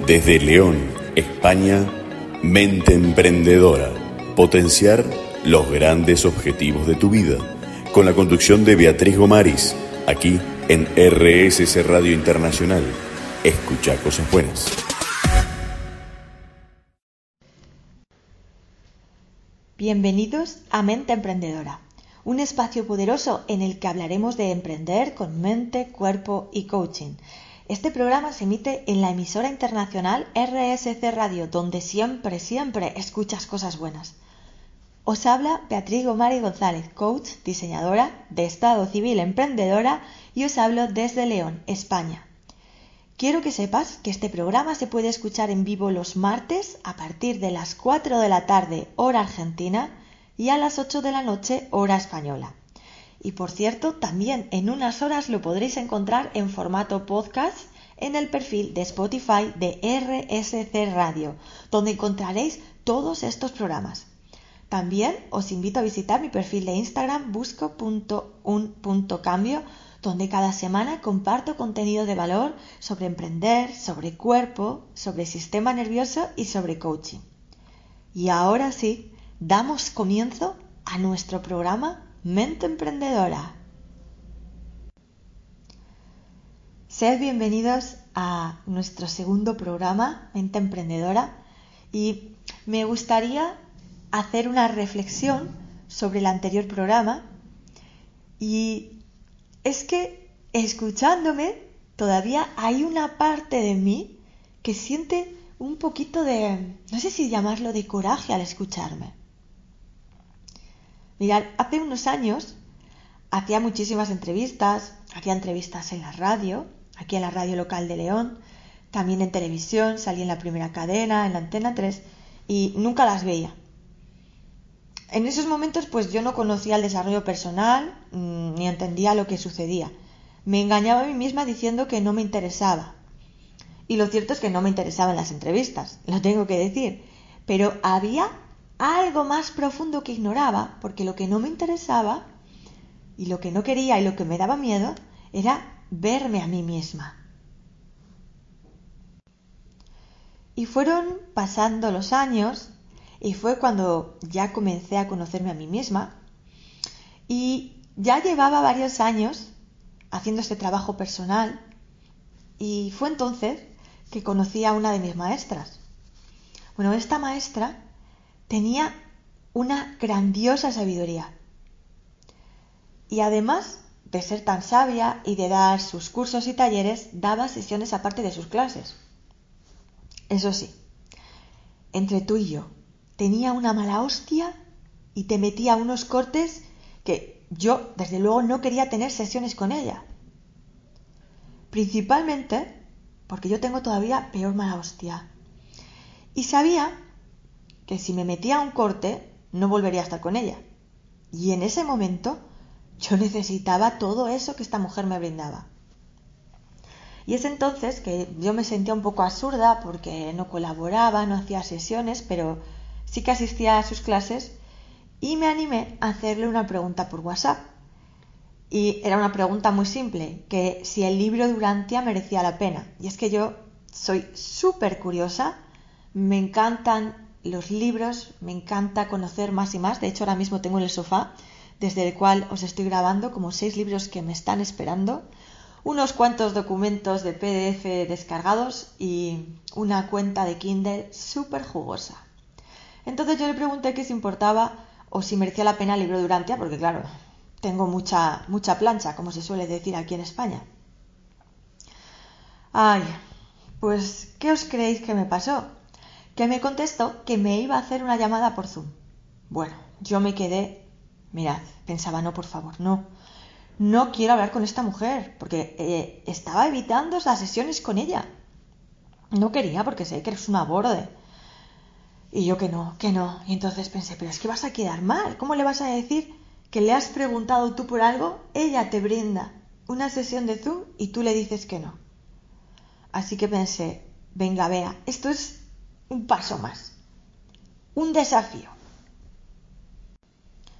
Desde León, España, Mente Emprendedora. Potenciar los grandes objetivos de tu vida. Con la conducción de Beatriz Gomaris, aquí en RSC Radio Internacional. Escucha cosas buenas. Bienvenidos a Mente Emprendedora, un espacio poderoso en el que hablaremos de emprender con mente, cuerpo y coaching. Este programa se emite en la emisora internacional RSC Radio, donde siempre escuchas cosas buenas. Os habla Beatriz Gomaris González, coach, diseñadora, de estado civil emprendedora, y os hablo desde León, España. Quiero que sepas que este programa se puede escuchar en vivo los martes a partir de las 4 de la tarde, hora argentina, y a las 8 de la noche, hora española. Y por cierto, también en unas horas lo podréis encontrar en formato podcast en el perfil de Spotify de RSC Radio, donde encontraréis todos estos programas. También os invito a visitar mi perfil de Instagram busco.un.cambio, donde cada semana comparto contenido de valor sobre emprender, sobre cuerpo, sobre sistema nervioso y sobre coaching. Y ahora sí, damos comienzo a nuestro programa Mente Emprendedora. Sed bienvenidos a nuestro segundo programa, Mente Emprendedora, y me gustaría hacer una reflexión sobre el anterior programa. Y es que, escuchándome, todavía hay una parte de mí que siente un poquito de, no sé si llamarlo de coraje al escucharme. Mirad, hace unos años hacía muchísimas entrevistas, hacía entrevistas en la radio, aquí en la radio local de León, también en televisión, salí en La Primera Cadena, en la Antena 3, y nunca las veía. En esos momentos pues yo no conocía el desarrollo personal ni entendía lo que sucedía. Me engañaba a mí misma diciendo que no me interesaba. Y lo cierto es que no me interesaban las entrevistas, lo tengo que decir. Pero había algo más profundo que ignoraba, porque lo que no me interesaba y lo que no quería y lo que me daba miedo era verme a mí misma. Y fueron pasando los años y fue cuando ya comencé a conocerme a mí misma y ya llevaba varios años haciendo este trabajo personal y fue entonces que conocí a una de mis maestras. Bueno, esta maestra tenía una grandiosa sabiduría y además de ser tan sabia y de dar sus cursos y talleres, daba sesiones aparte de sus clases. Eso sí, entre tú y yo, tenía una mala hostia y te metía unos cortes que yo, desde luego, no quería tener sesiones con ella. Principalmente porque yo tengo todavía peor mala hostia. Y sabía que si me metía un corte, no volvería a estar con ella. Y en ese momento yo necesitaba todo eso que esta mujer me brindaba. Y es entonces que yo me sentía un poco absurda porque no colaboraba, no hacía sesiones, pero sí que asistía a sus clases y me animé a hacerle una pregunta por WhatsApp. Y era una pregunta muy simple, que si el libro de Urantia merecía la pena. Y es que yo soy súper curiosa, me encantan los libros, me encanta conocer más y más. De hecho, ahora mismo tengo en el sofá, desde el cual os estoy grabando, como 6 libros que me están esperando, unos cuantos documentos de PDF descargados y una cuenta de Kindle súper jugosa. Entonces yo le pregunté que si importaba o si merecía la pena el libro de Urantia, porque claro, tengo mucha plancha, como se suele decir aquí en España. Ay, pues, ¿qué os creéis que me pasó? Que me contestó que me iba a hacer una llamada por Zoom. Bueno, yo me quedé, mirad, pensaba, no, por favor, no quiero hablar con esta mujer, porque estaba evitando las sesiones con ella. No quería porque sé que eres una borde. Y yo que no. Y entonces pensé, pero es que vas a quedar mal. ¿Cómo le vas a decir que le has preguntado tú por algo? Ella te brinda una sesión de Zoom y tú le dices que no. Así que pensé, venga, vea, esto es un paso más. Un desafío.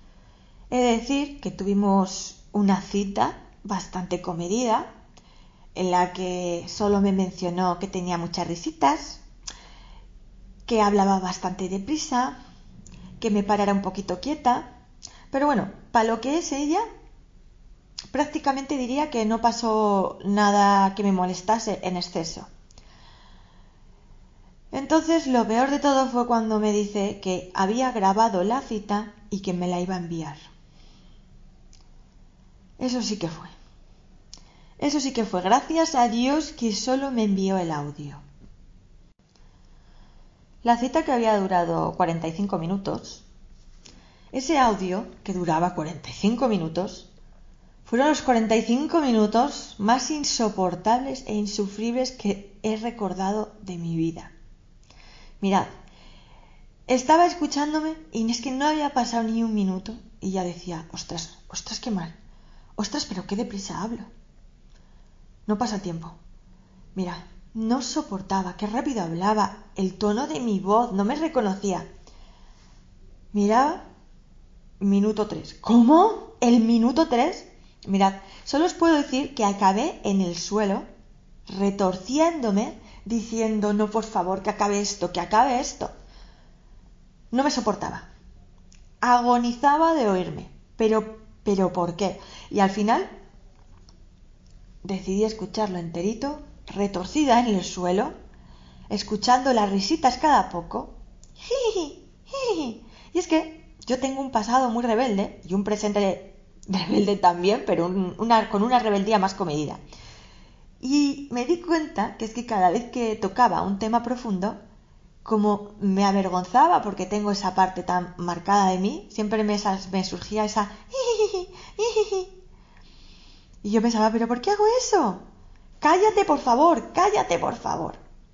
He de decir que tuvimos una cita bastante comedida. en la que solo me mencionó que tenía muchas risitas, que hablaba bastante deprisa, que me parara un poquito quieta. Pero bueno, para lo que es ella, prácticamente diría que no pasó nada que me molestase en exceso. Entonces lo peor de todo fue cuando me dice que había grabado la cita y que me la iba a enviar. Eso sí que fue. Eso sí que fue. Gracias a Dios que solo me envió el audio. La cita, que había durado 45 minutos, ese audio, que duraba 45 minutos, fueron los 45 minutos más insoportables e insufribles que he recordado de mi vida. Mirad, estaba escuchándome y es que no había pasado ni un minuto y ya decía, ostras, qué mal, ostras, pero qué deprisa hablo. No pasa tiempo. Mira, no soportaba, qué rápido hablaba, el tono de mi voz, no me reconocía. Miraba, minuto 3. ¿Cómo? ¿El minuto 3? Mirad, solo os puedo decir que acabé en el suelo, retorciéndome, diciendo, no, por favor, que acabe esto, que acabe esto. No me soportaba. Agonizaba de oírme. Pero ¿por qué? Y al final decidí escucharlo enterito, retorcida en el suelo, escuchando las risitas cada poco. Y es que yo tengo un pasado muy rebelde y un presente rebelde también, pero con una rebeldía más comedida. Y me di cuenta que es que cada vez que tocaba un tema profundo, como me avergonzaba porque tengo esa parte tan marcada de mí, siempre me surgía esa... Y yo pensaba, ¿pero por qué hago eso? Cállate, por favor, cállate, por favor.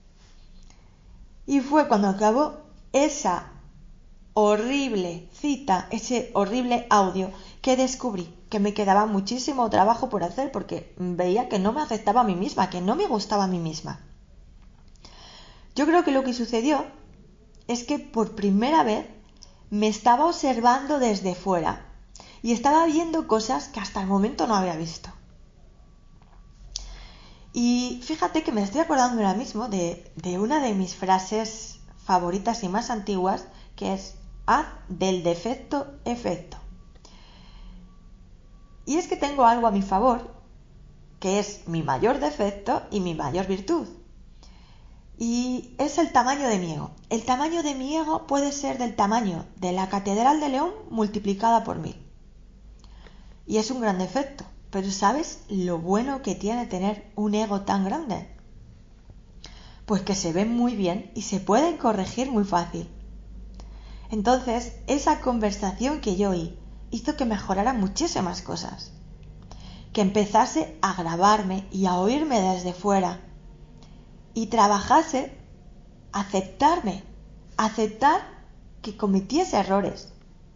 Y fue cuando acabó esa horrible cita, ese horrible audio, que descubrí que me quedaba muchísimo trabajo por hacer porque veía que no me aceptaba a mí misma, que no me gustaba a mí misma. Yo creo que lo que sucedió es que por primera vez me estaba observando desde fuera y estaba viendo cosas que hasta el momento no había visto. Y fíjate que me estoy acordando ahora mismo de una de mis frases favoritas y más antiguas, que es: haz del defecto efecto. Y es que tengo algo a mi favor, que es mi mayor defecto y mi mayor virtud. Y es el tamaño de mi ego. El tamaño de mi ego puede ser del tamaño de la Catedral de León multiplicada por 1000. Y es un gran defecto. Pero ¿sabes lo bueno que tiene tener un ego tan grande? Pues que se ve muy bien y se pueden corregir muy fácil. Entonces, esa conversación que yo oí hizo que mejorara muchísimas cosas. Que empezase a grabarme y a oírme desde fuera. Y trabajase aceptarme, aceptar que cometiese errores.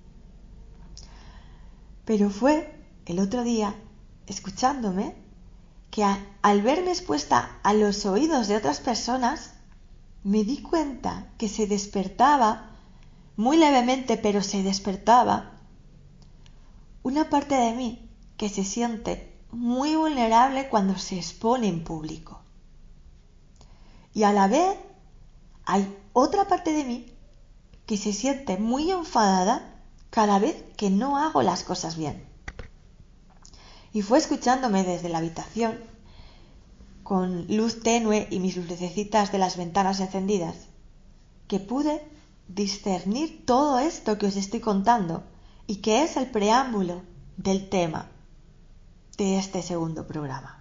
Pero fue el otro día, escuchándome, que al verme expuesta a los oídos de otras personas, me di cuenta que se despertaba, muy levemente, pero se despertaba, una parte de mí que se siente muy vulnerable cuando se expone en público. Y a la vez hay otra parte de mí que se siente muy enfadada cada vez que no hago las cosas bien. Y fue escuchándome desde la habitación, con luz tenue y mis lucecitas de las ventanas encendidas, que pude discernir todo esto que os estoy contando y que es el preámbulo del tema de este segundo programa.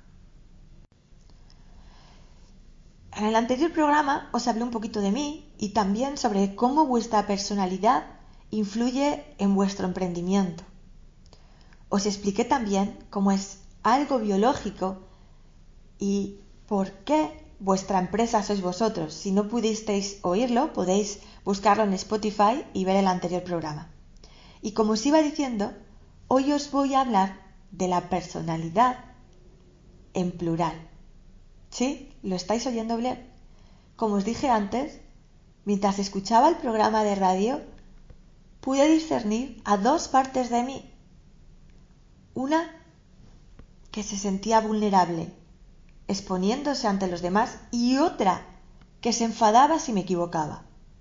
En el anterior programa os hablé un poquito de mí y también sobre cómo vuestra personalidad influye en vuestro emprendimiento. Os expliqué también cómo es algo biológico y por qué vuestra empresa sois vosotros. Si no pudisteis oírlo, podéis buscarlo en Spotify y ver el anterior programa. Y como os iba diciendo, hoy os voy a hablar de la personalidad en plural. ¿Sí? ¿Lo estáis oyendo bien? Como os dije antes, mientras escuchaba el programa de radio, pude discernir a dos partes de mí. Una que se sentía vulnerable exponiéndose ante los demás, y otra que se enfadaba si me equivocaba.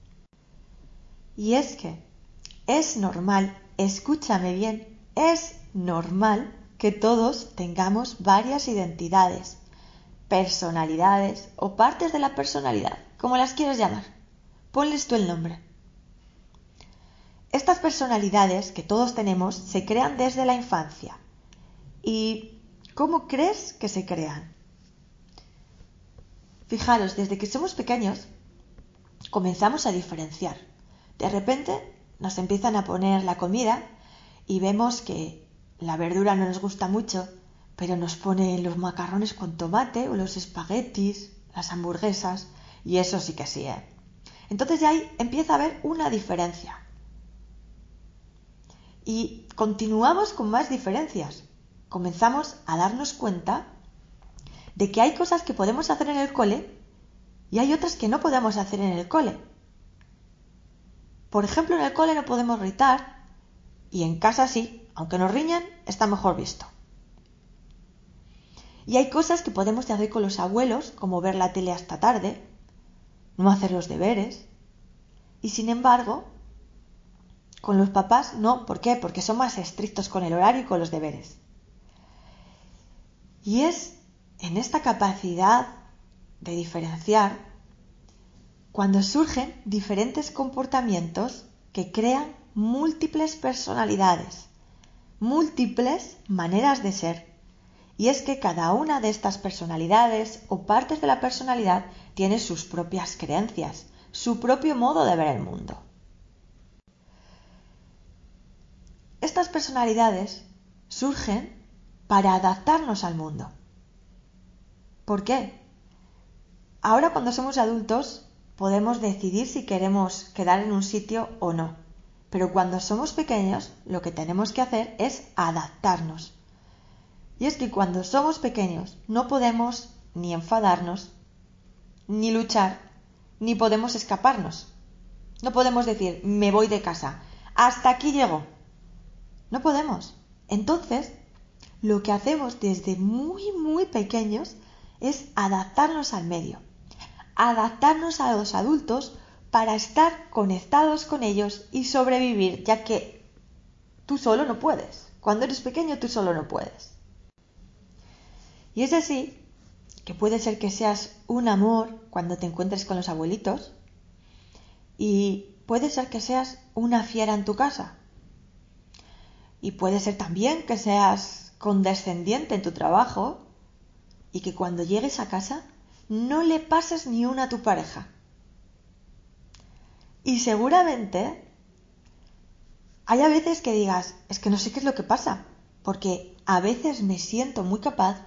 Y es que es normal, escúchame bien, es normal que todos tengamos varias identidades, personalidades o partes de la personalidad, como las quieras llamar. Ponles tú el nombre. Estas personalidades que todos tenemos se crean desde la infancia. ¿Y cómo crees que se crean? Fijaros, desde que somos pequeños comenzamos a diferenciar. De repente nos empiezan a poner la comida y vemos que la verdura no nos gusta mucho, pero nos ponen los macarrones con tomate o los espaguetis, las hamburguesas, y eso sí que sí, ¿eh? Entonces ya ahí empieza a haber una diferencia. Y continuamos con más diferencias. Comenzamos a darnos cuenta de que hay cosas que podemos hacer en el cole y hay otras que no podemos hacer en el cole. Por ejemplo, en el cole no podemos gritar y en casa sí, aunque nos riñan, está mejor visto. Y hay cosas que podemos hacer con los abuelos, como ver la tele hasta tarde, no hacer los deberes. Y sin embargo, con los papás no. ¿Por qué? Porque son más estrictos con el horario y con los deberes. Y es en esta capacidad de diferenciar cuando surgen diferentes comportamientos que crean múltiples personalidades, múltiples maneras de ser. Y es que cada una de estas personalidades o partes de la personalidad tiene sus propias creencias, su propio modo de ver el mundo. Estas personalidades surgen para adaptarnos al mundo. ¿Por qué? Ahora cuando somos adultos podemos decidir si queremos quedar en un sitio o no, pero cuando somos pequeños lo que tenemos que hacer es adaptarnos. Y es que cuando somos pequeños no podemos ni enfadarnos, ni luchar, ni podemos escaparnos. No podemos decir, me voy de casa, hasta aquí llego. No podemos. Entonces, lo que hacemos desde muy pequeños es adaptarnos al medio, adaptarnos a los adultos para estar conectados con ellos y sobrevivir, ya que tú solo no puedes. Cuando eres pequeño tú solo no puedes. Y es así que puede ser que seas un amor cuando te encuentres con los abuelitos y puede ser que seas una fiera en tu casa. Y puede ser también que seas condescendiente en tu trabajo y que cuando llegues a casa no le pases ni una a tu pareja. Y seguramente hay a veces que digas, es que no sé qué es lo que pasa, porque a veces me siento muy capaz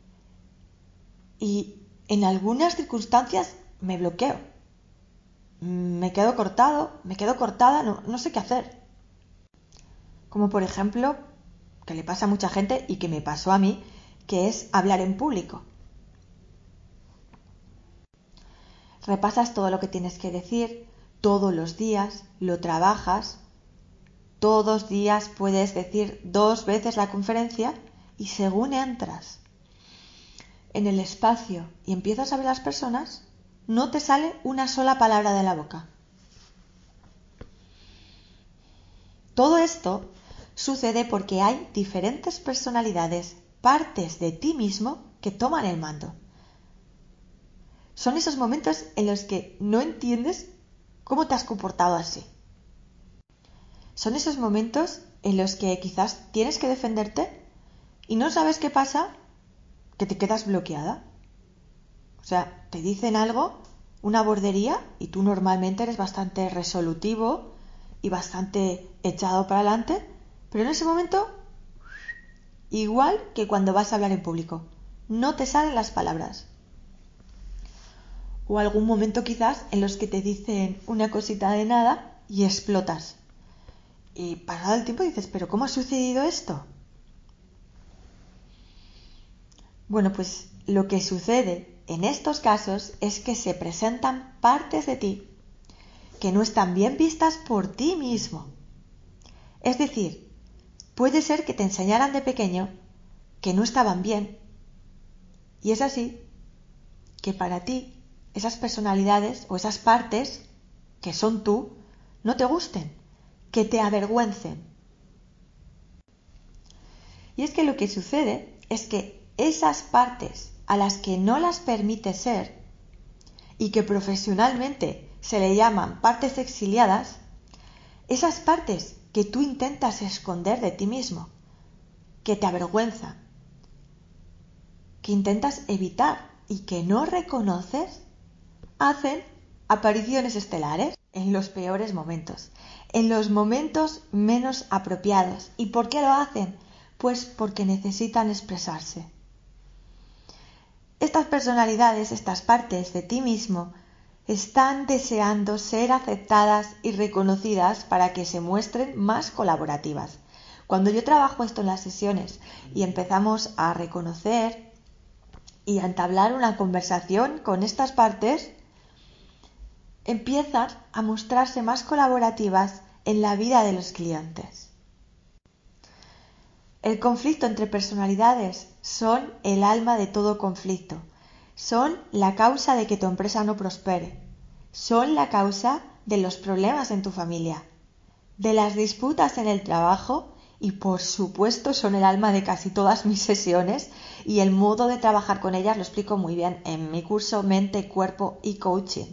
y en algunas circunstancias me bloqueo. Me quedo cortada, no sé qué hacer. Como por ejemplo, que le pasa a mucha gente y que me pasó a mí, que es hablar en público. Repasas todo lo que tienes que decir, todos los días, lo trabajas, todos los días puedes decir 2 veces la conferencia y según entras en el espacio y empiezas a ver a las personas, no te sale una sola palabra de la boca. Todo esto sucede porque hay diferentes personalidades, partes de ti mismo que toman el mando. Son esos momentos en los que no entiendes cómo te has comportado así. Son esos momentos en los que quizás tienes que defenderte y no sabes qué pasa, que te quedas bloqueada. O sea, te dicen algo, una bordería, y tú normalmente eres bastante resolutivo y bastante echado para adelante, pero en ese momento, igual que cuando vas a hablar en público, no te salen las palabras. O algún momento quizás en los que te dicen una cosita de nada y explotas. Y pasado el tiempo dices, ¿pero cómo ha sucedido esto? Bueno, pues lo que sucede en estos casos es que se presentan partes de ti que no están bien vistas por ti mismo. Es decir, puede ser que te enseñaran de pequeño que no estaban bien. Y es así que para ti esas personalidades o esas partes que son tú no te gusten, que te avergüencen. Y es que lo que sucede es que esas partes a las que no las permites ser y que profesionalmente se le llaman partes exiliadas, esas partes que tú intentas esconder de ti mismo, que te avergüenzan, que intentas evitar y que no reconoces, hacen apariciones estelares en los peores momentos, en los momentos menos apropiados. ¿Y por qué lo hacen? Pues porque necesitan expresarse. Estas personalidades, estas partes de ti mismo, están deseando ser aceptadas y reconocidas para que se muestren más colaborativas. Cuando yo trabajo esto en las sesiones y empezamos a reconocer y a entablar una conversación con estas partes, empiezan a mostrarse más colaborativas en la vida de los clientes. El conflicto entre personalidades son el alma de todo conflicto, son la causa de que tu empresa no prospere, son la causa de los problemas en tu familia, de las disputas en el trabajo y por supuesto son el alma de casi todas mis sesiones y el modo de trabajar con ellas lo explico muy bien en mi curso Mente, Cuerpo y Coaching.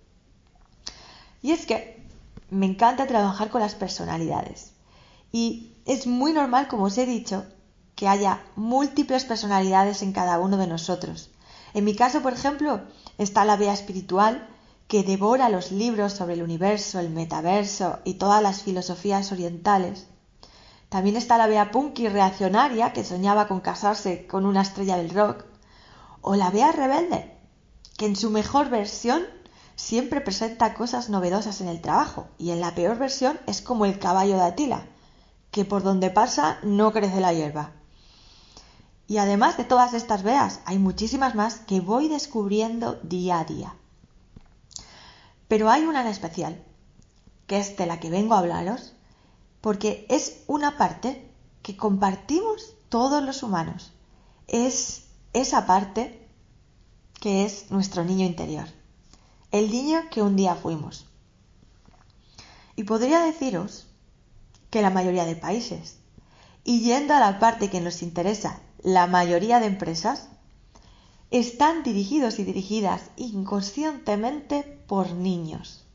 Y es que me encanta trabajar con las personalidades y es muy normal, como os he dicho, que haya múltiples personalidades en cada uno de nosotros. En mi caso, por ejemplo, está la Bea espiritual, que devora los libros sobre el universo, el metaverso y todas las filosofías orientales. También está la Bea punky reaccionaria, que soñaba con casarse con una estrella del rock. O la Bea rebelde, que en su mejor versión siempre presenta cosas novedosas en el trabajo y en la peor versión es como el caballo de Atila, que por donde pasa no crece la hierba. Y además de todas estas Beas, hay muchísimas más que voy descubriendo día a día. Pero hay una en especial, que es de la que vengo a hablaros, porque es una parte que compartimos todos los humanos. Es esa parte que es nuestro niño interior, el niño que un día fuimos. Y podría deciros que la mayoría de países, y yendo a la parte que nos interesa, la mayoría de empresas, están dirigidos y dirigidas inconscientemente por niños.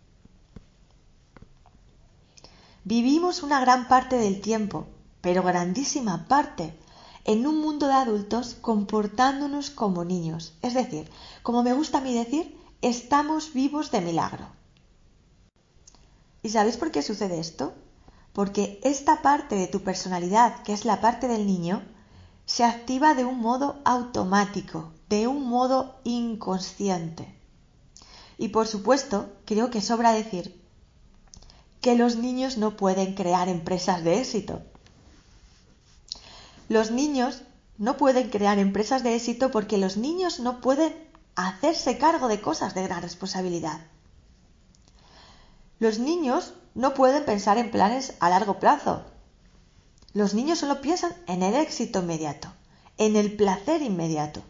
Vivimos una gran parte del tiempo, pero grandísima parte, en un mundo de adultos comportándonos como niños. Es decir, como me gusta a mí decir, estamos vivos de milagro. ¿Y sabéis por qué sucede esto? Porque esta parte de tu personalidad, que es la parte del niño, se activa de un modo automático, de un modo inconsciente. Y por supuesto, creo que sobra decir que los niños no pueden crear empresas de éxito. Los niños no pueden crear empresas de éxito porque los niños no pueden hacerse cargo de cosas de gran responsabilidad. Los niños no pueden pensar en planes a largo plazo. Los niños solo piensan en el éxito inmediato, en el placer inmediato.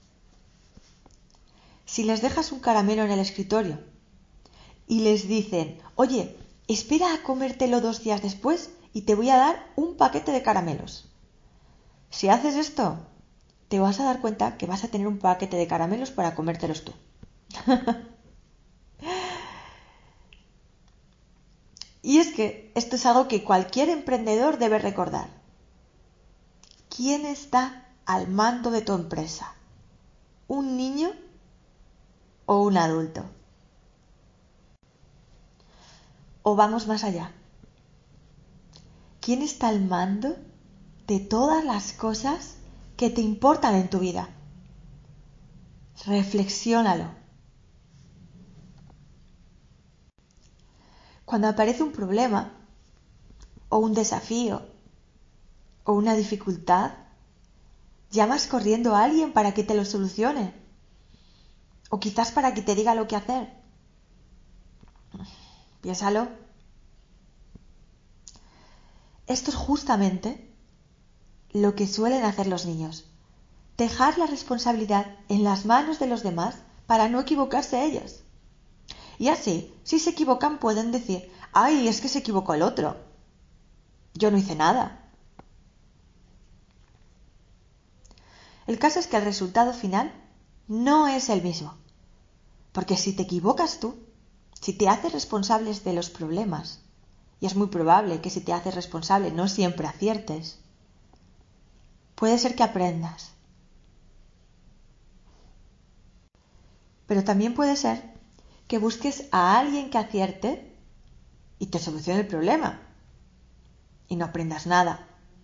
Si les dejas un caramelo en el escritorio y les dicen, oye, espera a comértelo 2 días después y te voy a dar un paquete de caramelos. Si haces esto, te vas a dar cuenta que vas a tener un paquete de caramelos para comértelos tú. Y es que esto es algo que cualquier emprendedor debe recordar. ¿Quién está al mando de tu empresa? ¿Un niño o un adulto? ¿O vamos más allá? ¿Quién está al mando de todas las cosas que te importan en tu vida? Reflexiónalo. Cuando aparece un problema, o un desafío, o una dificultad, llamas corriendo a alguien para que te lo solucione, o quizás para que te diga lo que hacer. Piénsalo. Esto es justamente lo que suelen hacer los niños. Dejar la responsabilidad en las manos de los demás para no equivocarse ellos. Y así, si se equivocan, pueden decir: ¡ay, es que se equivocó el otro! Yo no hice nada. El caso es que el resultado final no es el mismo. Porque si te equivocas tú, si te haces responsables de los problemas, y es muy probable que si te haces responsable no siempre aciertes, puede ser que aprendas. Pero también puede ser que busques a alguien que acierte y te solucione el problema y no aprendas nada.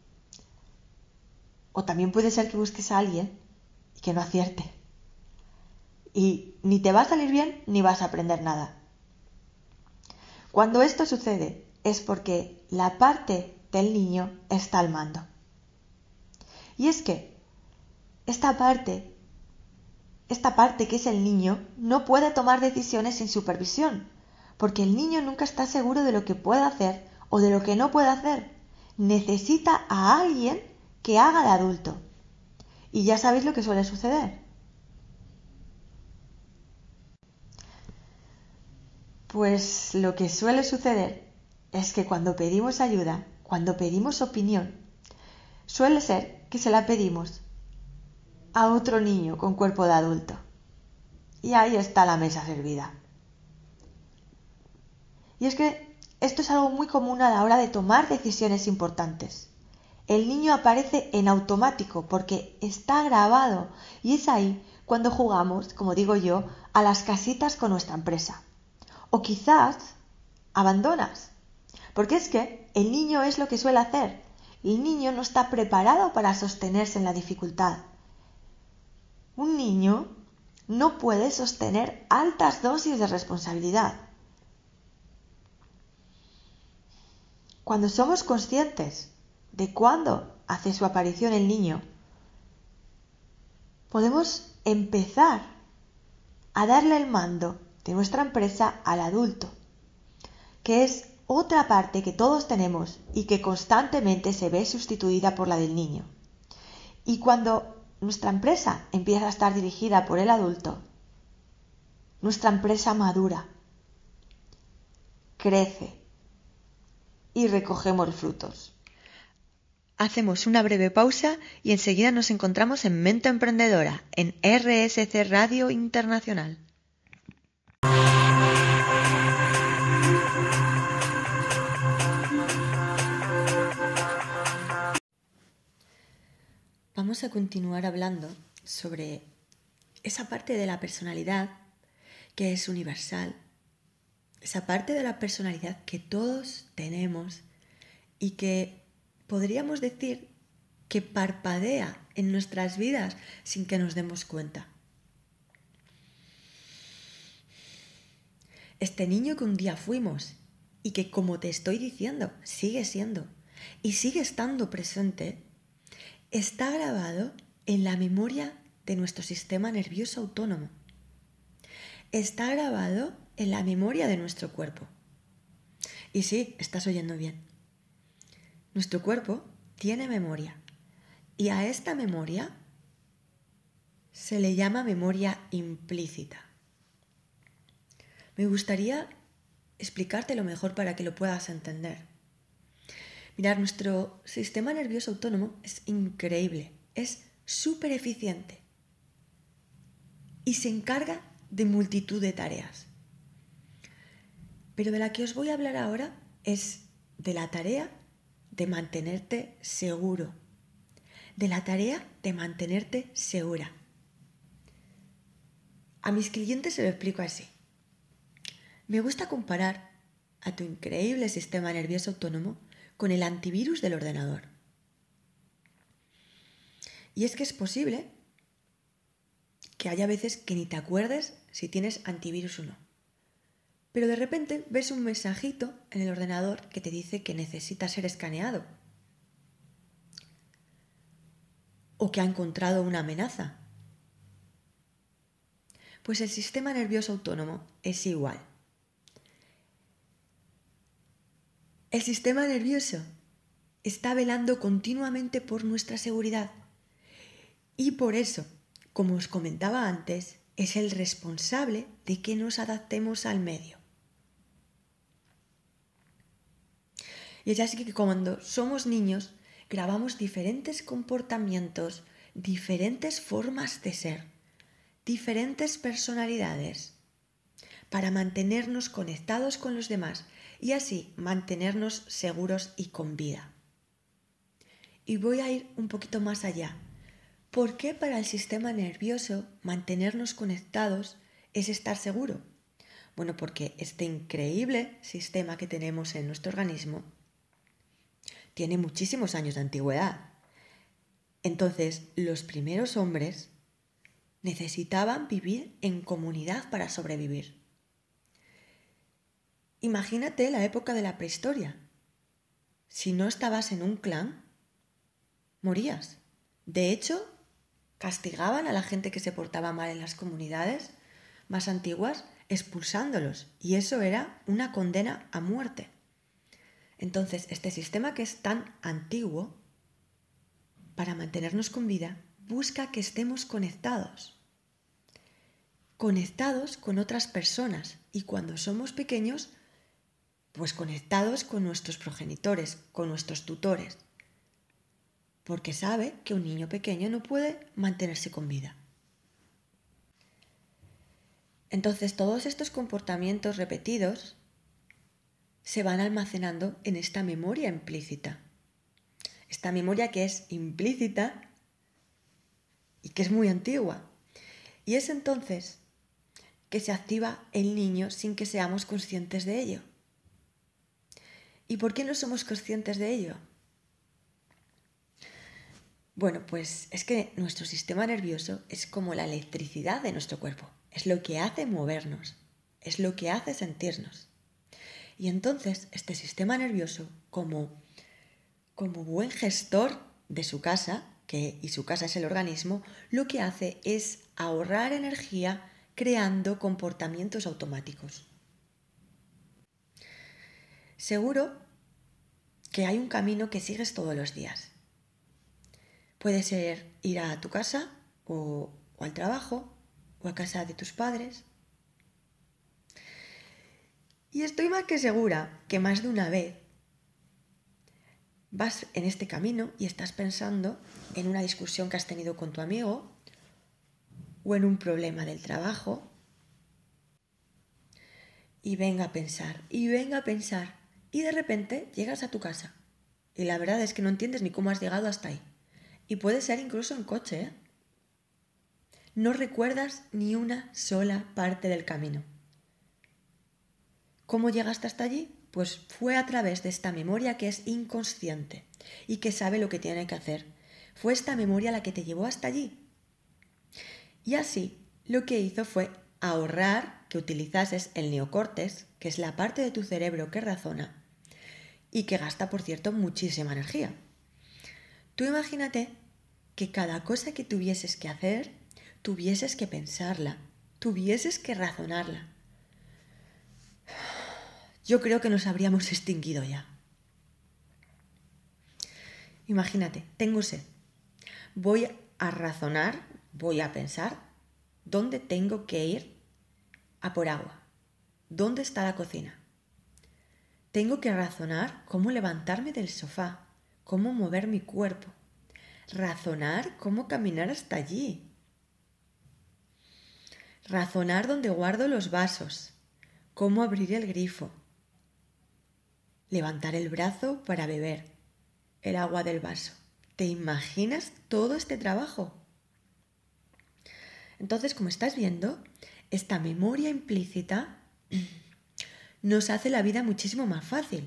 O también puede ser que busques a alguien y que no acierte. Y ni te va a salir bien ni vas a aprender nada. Cuando esto sucede es porque la parte del niño está al mando. Y es que esta parte que es el niño no puede tomar decisiones sin supervisión, porque el niño nunca está seguro de lo que puede hacer o de lo que no puede hacer. Necesita a alguien que haga de adulto. Y ya sabéis lo que suele suceder. Pues lo que suele suceder es que cuando pedimos ayuda, cuando pedimos opinión, suele ser que se la pedimos a otro niño con cuerpo de adulto. Y ahí está la mesa servida. Y es que esto es algo muy común a la hora de tomar decisiones importantes. El niño aparece en automático porque está grabado y es ahí cuando jugamos, como digo yo, a las casitas con nuestra empresa. O quizás abandonas, porque es que el niño es lo que suele hacer. El niño no está preparado para sostenerse en la dificultad. Un niño no puede sostener altas dosis de responsabilidad. Cuando somos conscientes de cuándo hace su aparición el niño, podemos empezar a darle el mando de nuestra empresa al adulto, que es otra parte que todos tenemos y que constantemente se ve sustituida por la del niño. Y cuando nuestra empresa empieza a estar dirigida por el adulto, nuestra empresa madura, crece y recogemos frutos. Hacemos una breve pausa y enseguida nos encontramos en Mente Emprendedora, en RSC Radio Internacional. Vamos a continuar hablando sobre esa parte de la personalidad que es universal, esa parte de la personalidad que todos tenemos y que podríamos decir que parpadea en nuestras vidas sin que nos demos cuenta. Este niño que un día fuimos y que, como te estoy diciendo, sigue siendo y sigue estando presente, está grabado en la memoria de nuestro sistema nervioso autónomo. Está grabado en la memoria de nuestro cuerpo. Y sí, estás oyendo bien. Nuestro cuerpo tiene memoria. Y a esta memoria se le llama memoria implícita. Me gustaría explicártelo mejor para que lo puedas entender. Mirad, nuestro sistema nervioso autónomo es increíble, es súper eficiente y se encarga de multitud de tareas. Pero de la que os voy a hablar ahora es de la tarea de mantenerte seguro, de la tarea de mantenerte segura. A mis clientes se lo explico así. Me gusta comparar a tu increíble sistema nervioso autónomo con el antivirus del ordenador. Y es que es posible que haya veces que ni te acuerdes si tienes antivirus o no. Pero de repente ves un mensajito en el ordenador que te dice que necesita ser escaneado. O que ha encontrado una amenaza. Pues el sistema nervioso autónomo es igual. El sistema nervioso está velando continuamente por nuestra seguridad. Y por eso, como os comentaba antes, es el responsable de que nos adaptemos al medio. Y es así que cuando somos niños grabamos diferentes comportamientos, diferentes formas de ser, diferentes personalidades para mantenernos conectados con los demás y así mantenernos seguros y con vida. Y voy a ir un poquito más allá. ¿Por qué para el sistema nervioso mantenernos conectados es estar seguro? Bueno, porque este increíble sistema que tenemos en nuestro organismo tiene muchísimos años de antigüedad. Entonces, los primeros hombres necesitaban vivir en comunidad para sobrevivir. Imagínate la época de la prehistoria. Si no estabas en un clan, morías. De hecho, castigaban a la gente que se portaba mal en las comunidades más antiguas, expulsándolos, y eso era una condena a muerte. Entonces, este sistema que es tan antiguo, para mantenernos con vida, busca que estemos conectados con otras personas, y cuando somos pequeños, pues conectados con nuestros progenitores, con nuestros tutores, porque sabe que un niño pequeño no puede mantenerse con vida. Entonces, todos estos comportamientos repetidos se van almacenando en esta memoria implícita. Esta memoria que es implícita y que es muy antigua. Y es entonces que se activa el niño sin que seamos conscientes de ello. ¿Y por qué no somos conscientes de ello? Bueno, pues es que nuestro sistema nervioso es como la electricidad de nuestro cuerpo. Es lo que hace movernos, es lo que hace sentirnos. Y entonces este sistema nervioso, como buen gestor de su casa, y su casa es el organismo, lo que hace es ahorrar energía creando comportamientos automáticos. Seguro que hay un camino que sigues todos los días. Puede ser ir a tu casa o al trabajo o a casa de tus padres. Y estoy más que segura que más de una vez vas en este camino y estás pensando en una discusión que has tenido con tu amigo o en un problema del trabajo. Y venga a pensar, y venga a pensar. Y de repente llegas a tu casa. Y la verdad es que no entiendes ni cómo has llegado hasta ahí. Y puede ser incluso en coche, ¿eh? No recuerdas ni una sola parte del camino. ¿Cómo llegaste hasta allí? Pues fue a través de esta memoria que es inconsciente y que sabe lo que tiene que hacer. Fue esta memoria la que te llevó hasta allí. Y así lo que hizo fue ahorrar que utilizases el neocórtex, que es la parte de tu cerebro que razona y que gasta, por cierto, muchísima energía. Tú imagínate que cada cosa que tuvieses que hacer, tuvieses que pensarla, tuvieses que razonarla. Yo creo que nos habríamos extinguido ya. Imagínate, tengo sed. Voy a razonar, voy a pensar dónde tengo que ir a por agua. ¿Dónde está la cocina? Tengo que razonar cómo levantarme del sofá, cómo mover mi cuerpo. Razonar cómo caminar hasta allí. Razonar dónde guardo los vasos, cómo abrir el grifo. Levantar el brazo para beber el agua del vaso. ¿Te imaginas todo este trabajo? Entonces, como estás viendo, esta memoria implícita nos hace la vida muchísimo más fácil.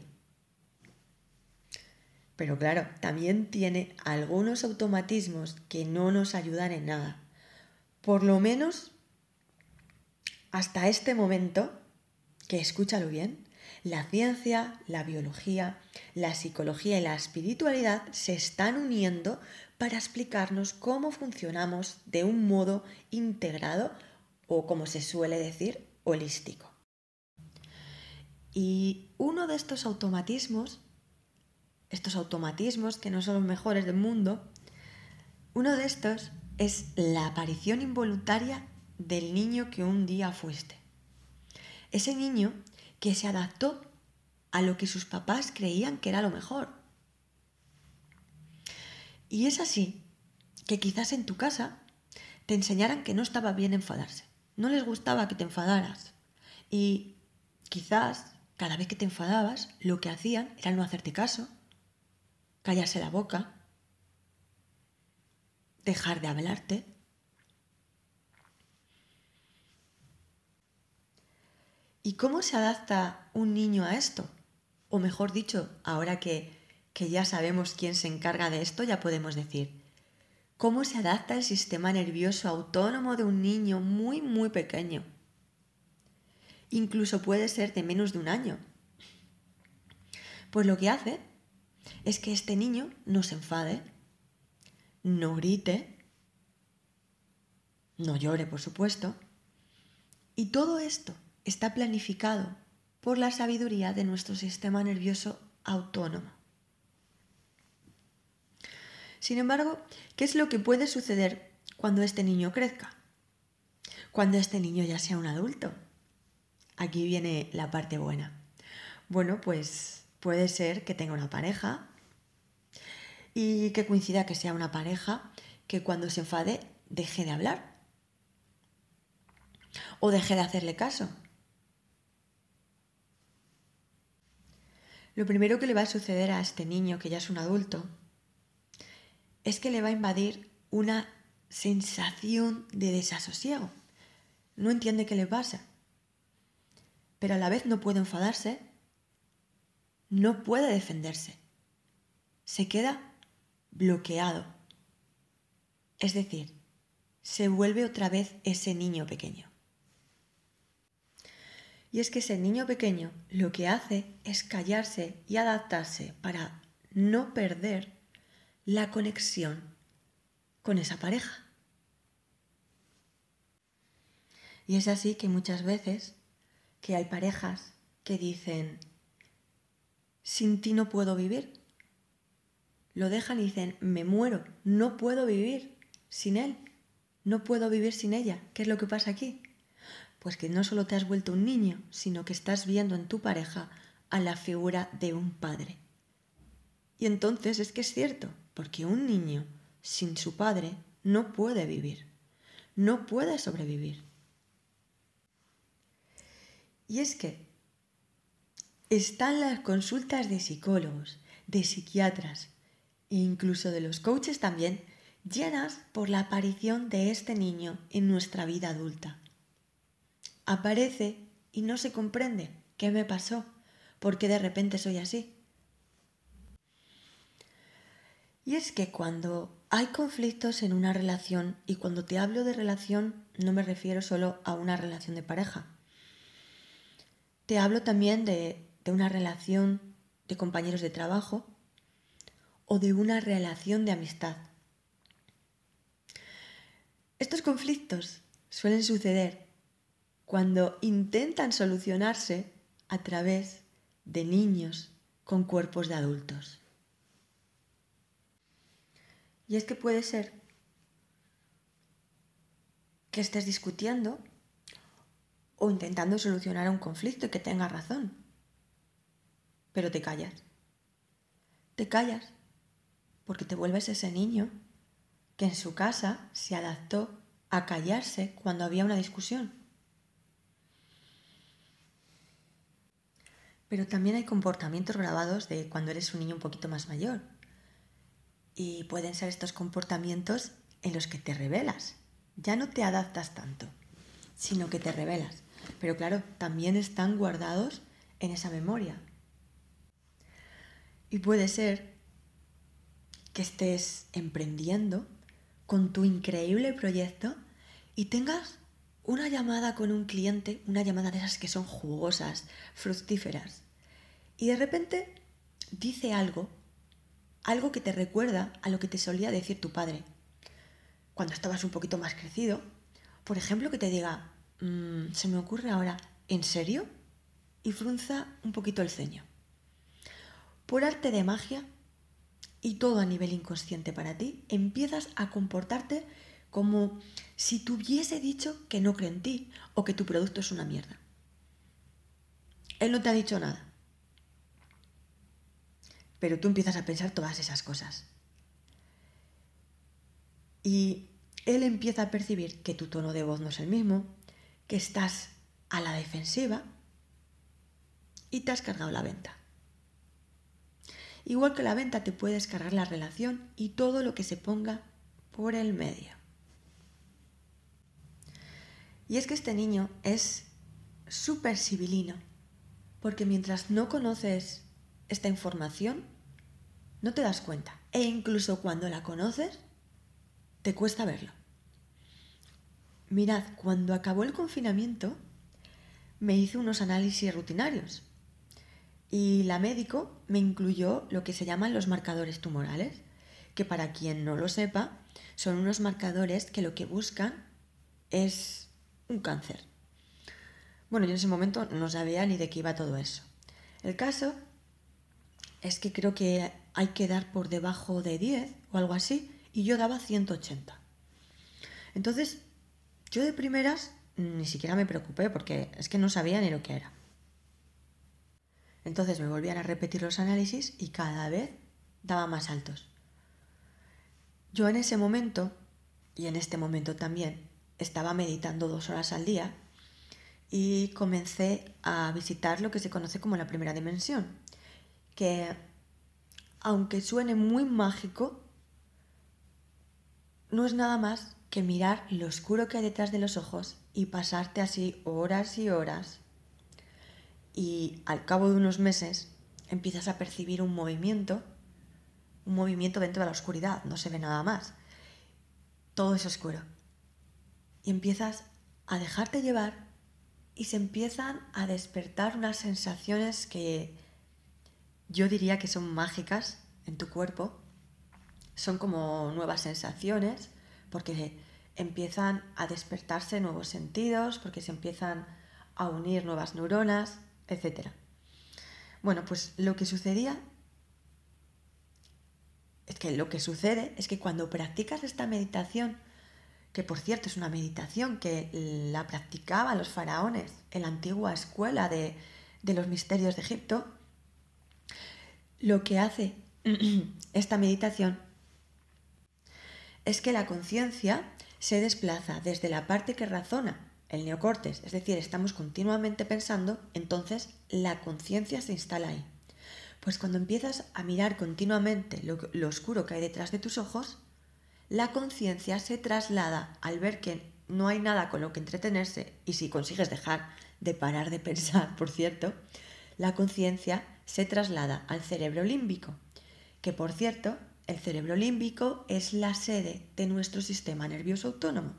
Pero claro, también tiene algunos automatismos que no nos ayudan en nada. Por lo menos hasta este momento, que escúchalo bien, la ciencia, la biología, la psicología y la espiritualidad se están uniendo para explicarnos cómo funcionamos de un modo integrado o, como se suele decir, holístico. Y uno de estos automatismos que no son los mejores del mundo, uno de estos es la aparición involuntaria del niño que un día fuiste. Ese niño que se adaptó a lo que sus papás creían que era lo mejor. Y es así que quizás en tu casa te enseñaran que no estaba bien enfadarse. No les gustaba que te enfadaras. Y quizás cada vez que te enfadabas, lo que hacían era no hacerte caso, callarse la boca, dejar de hablarte. ¿Y cómo se adapta un niño a esto? O mejor dicho, ahora que ya sabemos quién se encarga de esto, ya podemos decir, ¿cómo se adapta el sistema nervioso autónomo de un niño muy, muy pequeño? Incluso puede ser de menos de un año. Pues lo que hace es que este niño no se enfade, no grite, no llore, por supuesto. Y todo esto está planificado por la sabiduría de nuestro sistema nervioso autónomo. Sin embargo, ¿qué es lo que puede suceder cuando este niño crezca? Cuando este niño ya sea un adulto. Aquí viene la parte buena. Bueno, pues puede ser que tenga una pareja y que coincida que sea una pareja que cuando se enfade deje de hablar o deje de hacerle caso. Lo primero que le va a suceder a este niño que ya es un adulto es que le va a invadir una sensación de desasosiego. No entiende qué le pasa, pero a la vez no puede enfadarse, no puede defenderse. Se queda bloqueado. Es decir, se vuelve otra vez ese niño pequeño. Y es que ese niño pequeño lo que hace es callarse y adaptarse para no perder la conexión con esa pareja. Y es así que muchas veces que hay parejas que dicen, sin ti no puedo vivir. Lo dejan y dicen, me muero, no puedo vivir sin él, no puedo vivir sin ella. ¿Qué es lo que pasa aquí? Pues que no solo te has vuelto un niño, sino que estás viendo en tu pareja a la figura de un padre. Y entonces es que es cierto, porque un niño sin su padre no puede vivir, no puede sobrevivir. Y es que están las consultas de psicólogos, de psiquiatras e incluso de los coaches también, llenas por la aparición de este niño en nuestra vida adulta. Aparece y no se comprende qué me pasó, por qué de repente soy así. Y es que cuando hay conflictos en una relación, y cuando te hablo de relación no me refiero solo a una relación de pareja, te hablo también de una relación de compañeros de trabajo o de una relación de amistad. Estos conflictos suelen suceder cuando intentan solucionarse a través de niños con cuerpos de adultos. Y es que puede ser que estés discutiendo o intentando solucionar un conflicto y que tengas razón, pero te callas. Te callas porque te vuelves ese niño que en su casa se adaptó a callarse cuando había una discusión. Pero también hay comportamientos grabados de cuando eres un niño un poquito más mayor. Y pueden ser estos comportamientos en los que te rebelas. Ya no te adaptas tanto, sino que te rebelas. Pero claro, también están guardados en esa memoria. Y puede ser que estés emprendiendo con tu increíble proyecto y tengas una llamada con un cliente, una llamada de esas que son jugosas, fructíferas, y de repente dice algo que te recuerda a lo que te solía decir tu padre cuando estabas un poquito más crecido. Por ejemplo, que te diga, se me ocurre ahora, ¿en serio? Y frunza un poquito el ceño. Por arte de magia, y todo a nivel inconsciente para ti, empiezas a comportarte como si te hubiese dicho que no cree en ti o que tu producto es una mierda. Él no te ha dicho nada. Pero tú empiezas a pensar todas esas cosas. Y él empieza a percibir que tu tono de voz no es el mismo, que estás a la defensiva y te has cargado la venta. Igual que la venta te puedes cargar la relación y todo lo que se ponga por el medio. Y es que este niño es súper sibilino, porque mientras no conoces esta información, no te das cuenta. E incluso cuando la conoces, te cuesta verlo. Mirad, cuando acabó el confinamiento, me hice unos análisis rutinarios y la médico me incluyó lo que se llaman los marcadores tumorales, que para quien no lo sepa, son unos marcadores que lo que buscan es un cáncer. Bueno, yo en ese momento no sabía ni de qué iba todo eso. El caso es que creo que hay que dar por debajo de 10 o algo así, y yo daba 180. Entonces, yo de primeras ni siquiera me preocupé porque es que no sabía ni lo que era. Entonces me volvían a repetir los análisis y cada vez daba más altos. Yo en ese momento, y en este momento también, estaba meditando 2 horas al día y comencé a visitar lo que se conoce como la primera dimensión, que aunque suene muy mágico, no es nada más que mirar lo oscuro que hay detrás de los ojos y pasarte así horas y horas. Y al cabo de unos meses empiezas a percibir un movimiento dentro de la oscuridad, no se ve nada más. Todo es oscuro. Y empiezas a dejarte llevar y se empiezan a despertar unas sensaciones que yo diría que son mágicas en tu cuerpo. Son como nuevas sensaciones porque empiezan a despertarse nuevos sentidos, porque se empiezan a unir nuevas neuronas, etc. Bueno, pues lo que sucede es que cuando practicas esta meditación, que por cierto es una meditación que la practicaban los faraones en la antigua escuela de los misterios de Egipto, lo que hace esta meditación es que la conciencia se desplaza desde la parte que razona, el neocórtex, es decir, estamos continuamente pensando, entonces la conciencia se instala ahí. Pues cuando empiezas a mirar continuamente lo oscuro que hay detrás de tus ojos, la conciencia se traslada al ver que no hay nada con lo que entretenerse, y si consigues dejar de parar de pensar, por cierto, la conciencia se traslada al cerebro límbico, que por cierto, el cerebro límbico es la sede de nuestro sistema nervioso autónomo.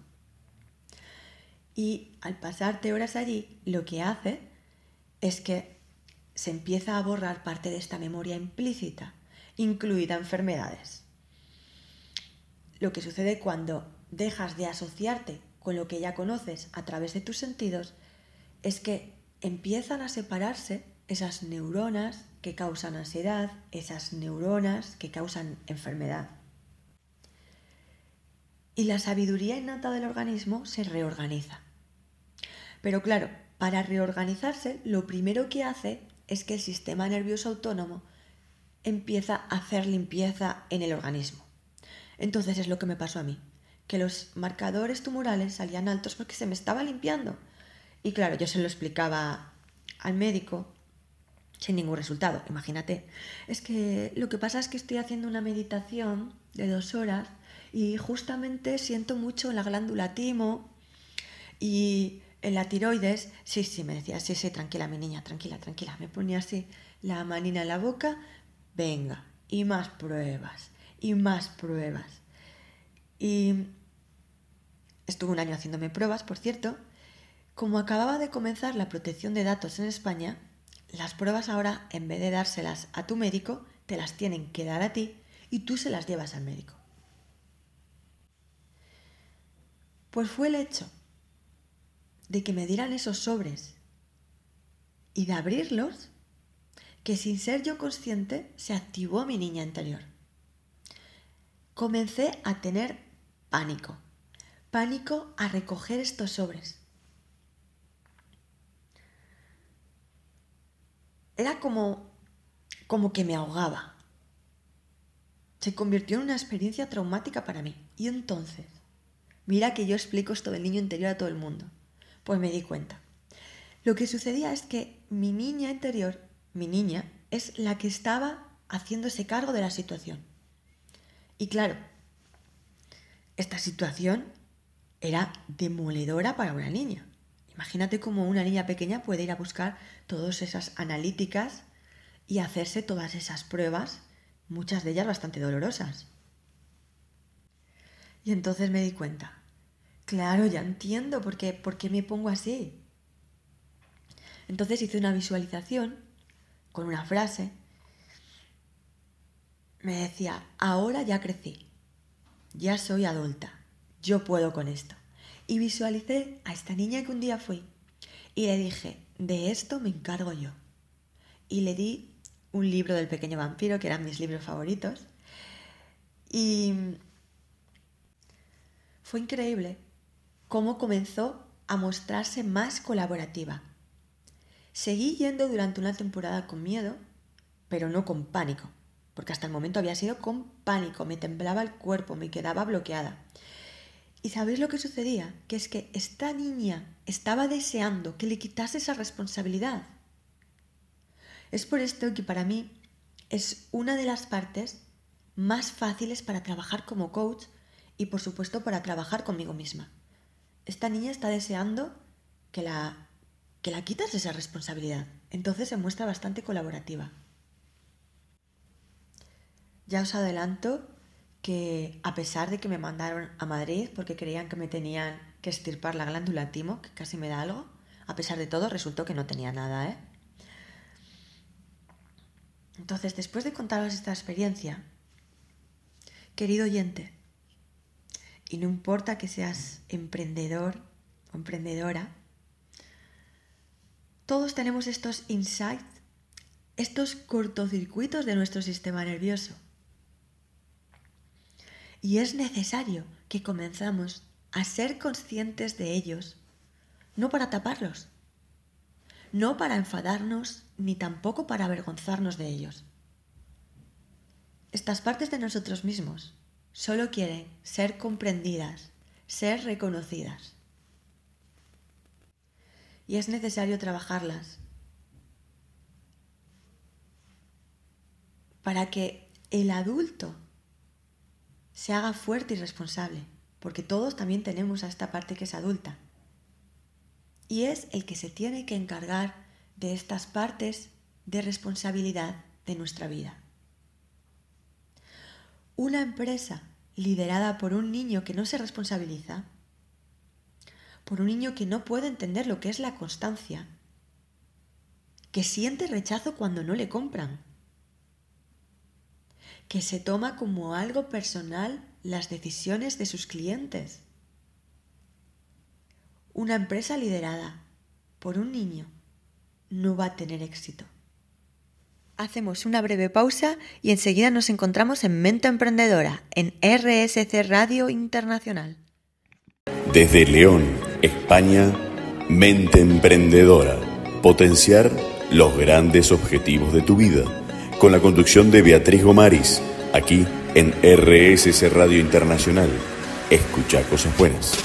Y al pasarte horas allí, lo que hace es que se empieza a borrar parte de esta memoria implícita, incluida enfermedades. Lo que sucede cuando dejas de asociarte con lo que ya conoces a través de tus sentidos es que empiezan a separarse esas neuronas que causan ansiedad, esas neuronas que causan enfermedad. Y la sabiduría innata del organismo se reorganiza. Pero claro, para reorganizarse, lo primero que hace es que el sistema nervioso autónomo empieza a hacer limpieza en el organismo. Entonces es lo que me pasó a mí, que los marcadores tumorales salían altos porque se me estaba limpiando. Y claro, yo se lo explicaba al médico sin ningún resultado, imagínate. Es que lo que pasa es que estoy haciendo una meditación de 2 horas y justamente siento mucho en la glándula timo y en la tiroides. Sí, me decía, sí, tranquila mi niña, tranquila. Me ponía así la manina en la boca, venga, y más pruebas. Y estuve 1 año haciéndome pruebas, por cierto. Como acababa de comenzar la protección de datos en España, las pruebas ahora, en vez de dárselas a tu médico, te las tienen que dar a ti y tú se las llevas al médico. Pues fue el hecho de que me dieran esos sobres y de abrirlos que sin ser yo consciente se activó mi niña interior. Comencé a tener pánico, pánico a recoger estos sobres. Era como que me ahogaba. Se convirtió en una experiencia traumática para mí. Y entonces, mira que yo explico esto del niño interior a todo el mundo. Pues me di cuenta. Lo que sucedía es que mi niña interior, mi niña, es la que estaba haciéndose cargo de la situación. Y claro, esta situación era demoledora para una niña. Imagínate cómo una niña pequeña puede ir a buscar todas esas analíticas y hacerse todas esas pruebas, muchas de ellas bastante dolorosas. Y entonces me di cuenta, claro, ya entiendo por qué me pongo así. Entonces hice una visualización con una frase. Me decía, ahora ya crecí, ya soy adulta, yo puedo con esto. Y visualicé a esta niña que un día fui y le dije, de esto me encargo yo. Y le di un libro del pequeño vampiro, que eran mis libros favoritos. Y fue increíble cómo comenzó a mostrarse más colaborativa. Seguí yendo durante una temporada con miedo, pero no con pánico, porque hasta el momento había sido con pánico, me temblaba el cuerpo, me quedaba bloqueada. ¿Y sabéis lo que sucedía? Que es que esta niña estaba deseando que le quitase esa responsabilidad. Es por esto que para mí es una de las partes más fáciles para trabajar como coach y por supuesto para trabajar conmigo misma. Esta niña está deseando que la quitas esa responsabilidad. Entonces se muestra bastante colaborativa. Ya os adelanto que a pesar de que me mandaron a Madrid porque creían que me tenían que extirpar la glándula timo, que casi me da algo, a pesar de todo resultó que no tenía nada, Entonces, después de contaros esta experiencia, querido oyente, y no importa que seas emprendedor o emprendedora, todos tenemos estos insights, estos cortocircuitos de nuestro sistema nervioso. Y es necesario que comenzamos a ser conscientes de ellos, no para taparlos, no para enfadarnos, ni tampoco para avergonzarnos de ellos. Estas partes de nosotros mismos solo quieren ser comprendidas, ser reconocidas. Y es necesario trabajarlas para que el adulto se haga fuerte y responsable, porque todos también tenemos a esta parte que es adulta. Y es el que se tiene que encargar de estas partes de responsabilidad de nuestra vida. Una empresa liderada por un niño que no se responsabiliza, por un niño que no puede entender lo que es la constancia, que siente rechazo cuando no le compran, que se toma como algo personal las decisiones de sus clientes. Una empresa liderada por un niño no va a tener éxito. Hacemos una breve pausa y enseguida nos encontramos en Mente Emprendedora, en RSC Radio Internacional. Desde León, España, Mente Emprendedora. Potenciar los grandes objetivos de tu vida. Con la conducción de Beatriz Gomaris, aquí en RSC Radio Internacional. Escucha cosas buenas.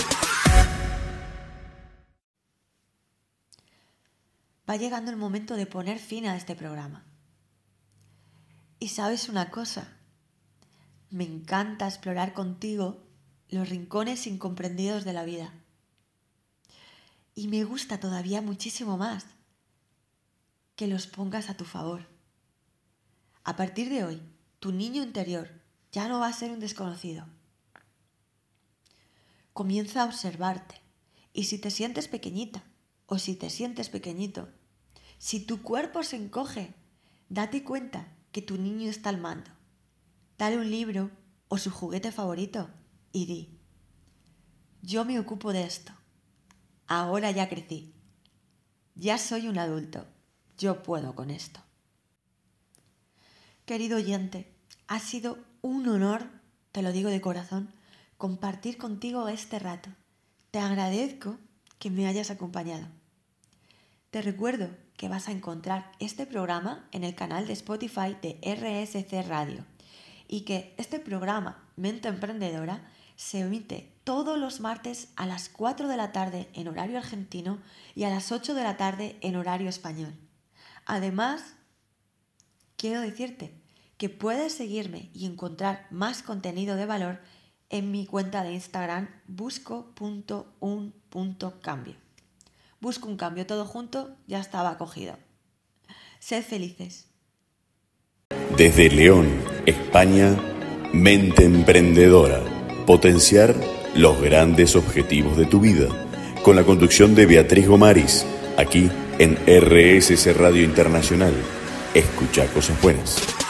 Va llegando el momento de poner fin a este programa. Y sabes una cosa, me encanta explorar contigo los rincones incomprendidos de la vida. Y me gusta todavía muchísimo más que los pongas a tu favor. A partir de hoy, tu niño interior ya no va a ser un desconocido. Comienza a observarte y si te sientes pequeñita o si te sientes pequeñito, si tu cuerpo se encoge, date cuenta que tu niño está al mando. Dale un libro o su juguete favorito y di: yo me ocupo de esto. Ahora ya crecí. Ya soy un adulto. Yo puedo con esto. Querido oyente, ha sido un honor, te lo digo de corazón, compartir contigo este rato. Te agradezco que me hayas acompañado. Te recuerdo que vas a encontrar este programa en el canal de Spotify de RSC Radio y que este programa Mente Emprendedora se emite todos los martes a las 4 de la tarde en horario argentino y a las 8 de la tarde en horario español. Además, quiero decirte que puedes seguirme y encontrar más contenido de valor en mi cuenta de Instagram busco.un.cambio. Busco un cambio todo junto, ya estaba cogido. Sed felices. Desde León, España, Mente Emprendedora. Potenciar los grandes objetivos de tu vida. Con la conducción de Beatriz Gomaris, aquí en RSC Radio Internacional. Escucha cosas buenas.